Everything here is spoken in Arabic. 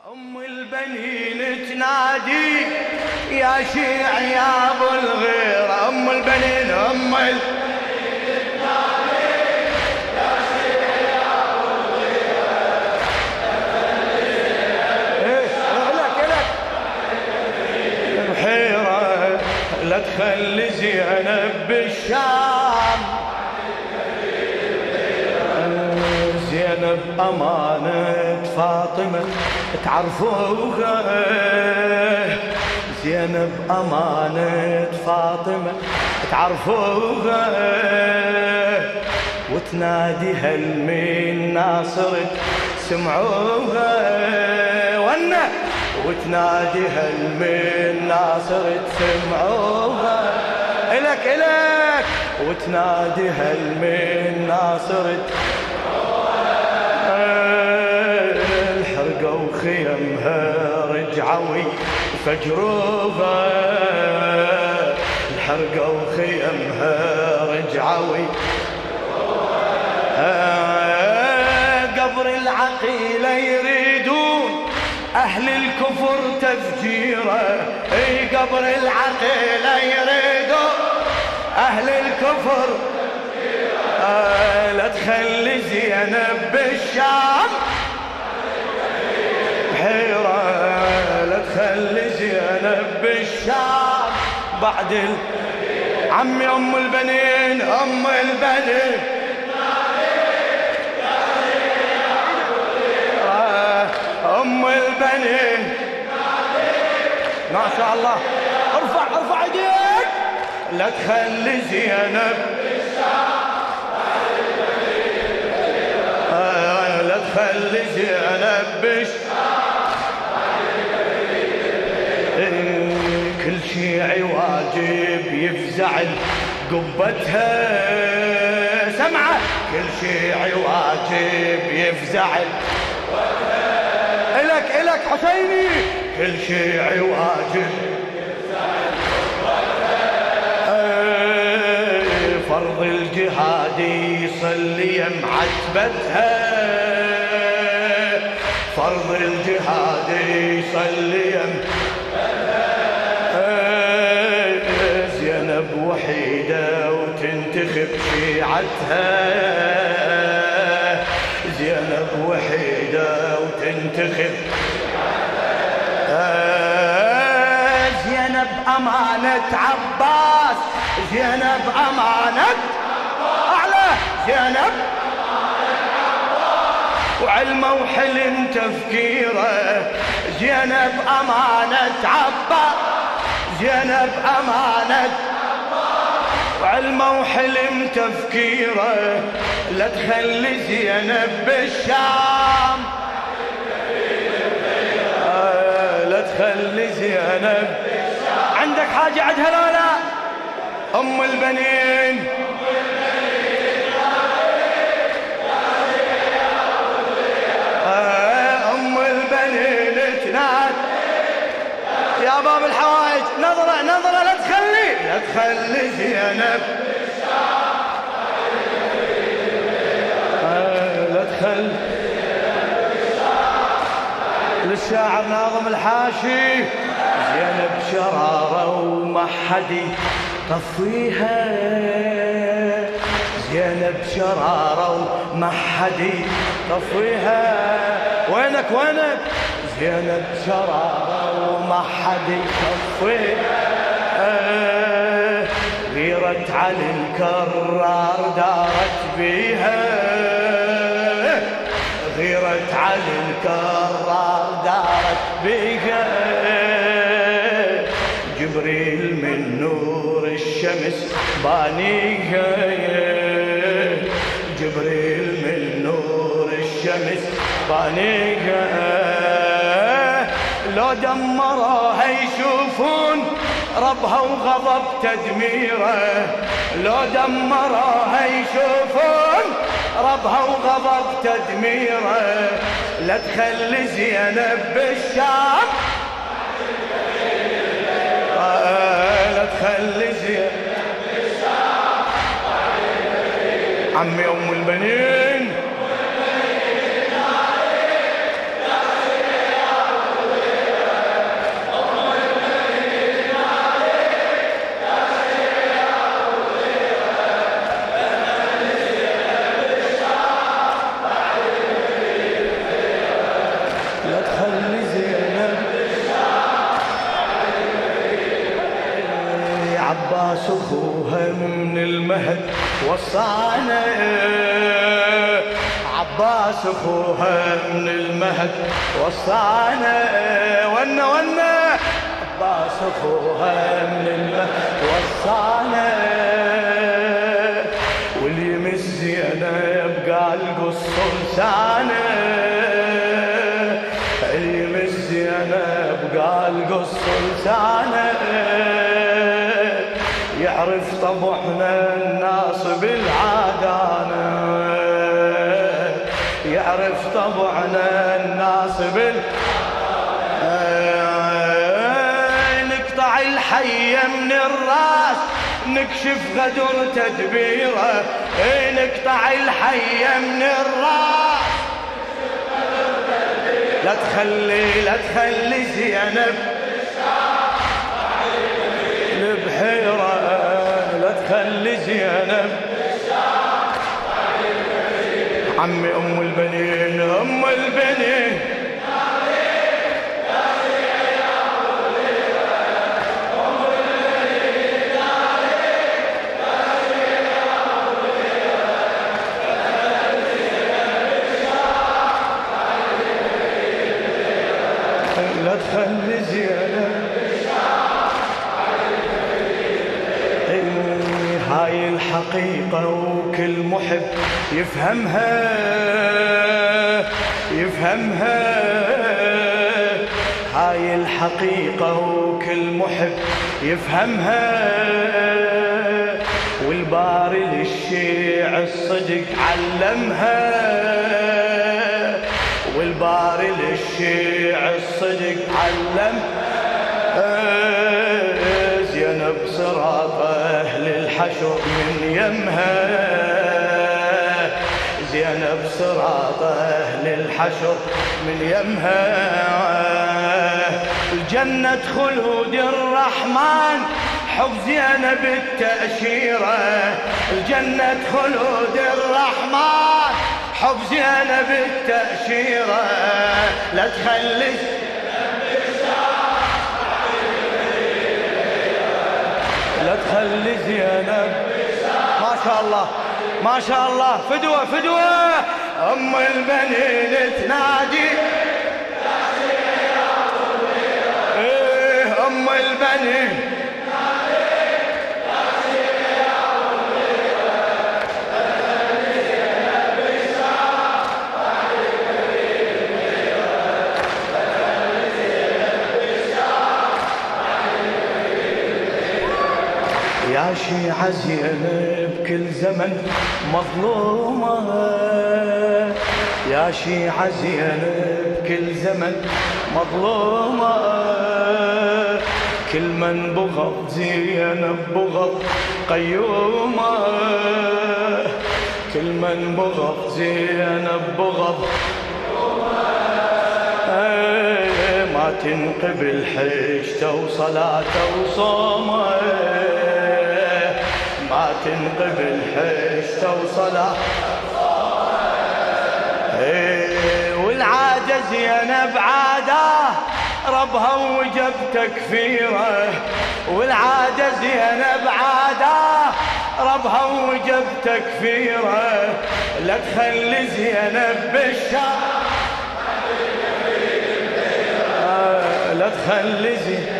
أم البنين تنادي يا شيع يا أبو الغيرة. أم البنين تنادي يا شيع يا أبو الغيرة. إلك بحيرة لا تخلي زينب بالشام. زينب أمانة فاطمة تعرفوها. زينب أمانة فاطمة تعرفوها. وتنادي هل من ناصرت سمعوها. ونا وتنادي هل من ناصرت سمعوها. إلك وتنادي هل من ناصرت الحرقة وخيمها رجعوا فجروها. الحرقة وخيمها رجعوا قبر العقيلة يريدون أهل الكفر تفجيره. اي قبر العقيلة يريدون أهل الكفر لا تخلي زينب بالشام بحيرة. لا تخلي زينب بالشام بعد عمي أم البنين. أم البنين أم البنين ما شاء الله. ارفع ايديك. لا تخلي زينب لا تخلي زينب كل شيعي واجب يفزع قبتها. سمعه كل شيعي واجب يفزع. إلك حسيني كل شيعي واجب فرض الجهاد يصلي معتبتها. فرض الجهاد يصلي زينب وحيدة وتنتخب شيعتها. زينب وحيدة وتنتخب زينب أمانة عباس. زينب أمانة أعلى. زينب وعلمه وحلم تفكيره. زينب أمانة عباس. زينب أمانة وعلمه وحلم تفكيره. لا تخلي زينب بالشام لا تخلي زينب. عندك حاجة عندها لا لا؟ أم البنين أم البنين تنادي يا باب الحوائج. نظرة لا تخلي زينب لا تخلي. للشاعر ناظم الحاشي زينب شرارة وما حد طفيها. زينب شرارة وما حد طفيها. وينك زينب شرارة وما حد يطفيها. غيرت علي الكرار دارت بيها. غيرت علي الكرار دارت بيها. جبريل من نور الشمس بانيها. جبريل من نور الشمس بانيها. لو دمروها يشوفون ربها وغضب تدميره. لو دمروها يشوفون ربها وغضب تدميره. لا تخلي زينب بالشام لا تخلي زينب بالشام. عمي أم البنين تخلي زينب عباس اخوها من المهد وصانا، عباس اخوها من المهد وصانا، ونا عباس اخوها من المهد وصانا، واللي يمس زينب قال قصوا لسانه، اللي يمس زينب قال قصوا لسانه، يعرف طبعنا الناس بالعادانة، يعرف طبعنا الناس نقطع الحية من الراس نكشف غدر تدبيره، نقطع الحية من الراس لا تخلي زينب البحيرة، لا تخلي زينب عمي أم البنين أم البنين لا تخلي زينب. هاي الحقيقة وكل محب يفهمها هاي الحقيقة وكل محب يفهمها، والباري للشيع الصدق علمها، والباري للشيع الصدق علمها، زينب صراط أهل الحشر من يمها، زينب صراط أهل الحشر من يمها، الجنة خلود الرحمن حب زينب التأشيرة، الجنة خلود الرحمن حب زينب التأشيرة، لا تخلي لا تخلي زينب. ما شاء الله ما شاء الله، فدوة أم البنين تنادي، إيه أم البنين يا شيعة زينب كل زمن مظلومة، يا شيعة زينب كل زمن مظلومة، كل من بغض زينب بغض قيومة، كل من بغض زينب بغض ما تنقبل حجته وصلاته وصومه، ما تنقبل حجته وصلاته والعادة زينب عادة ربها وجب تكفيره، والعادة زينب عادة ربها وجب تكفيره، لا تخلي زينب بالشر لا تخلي زينب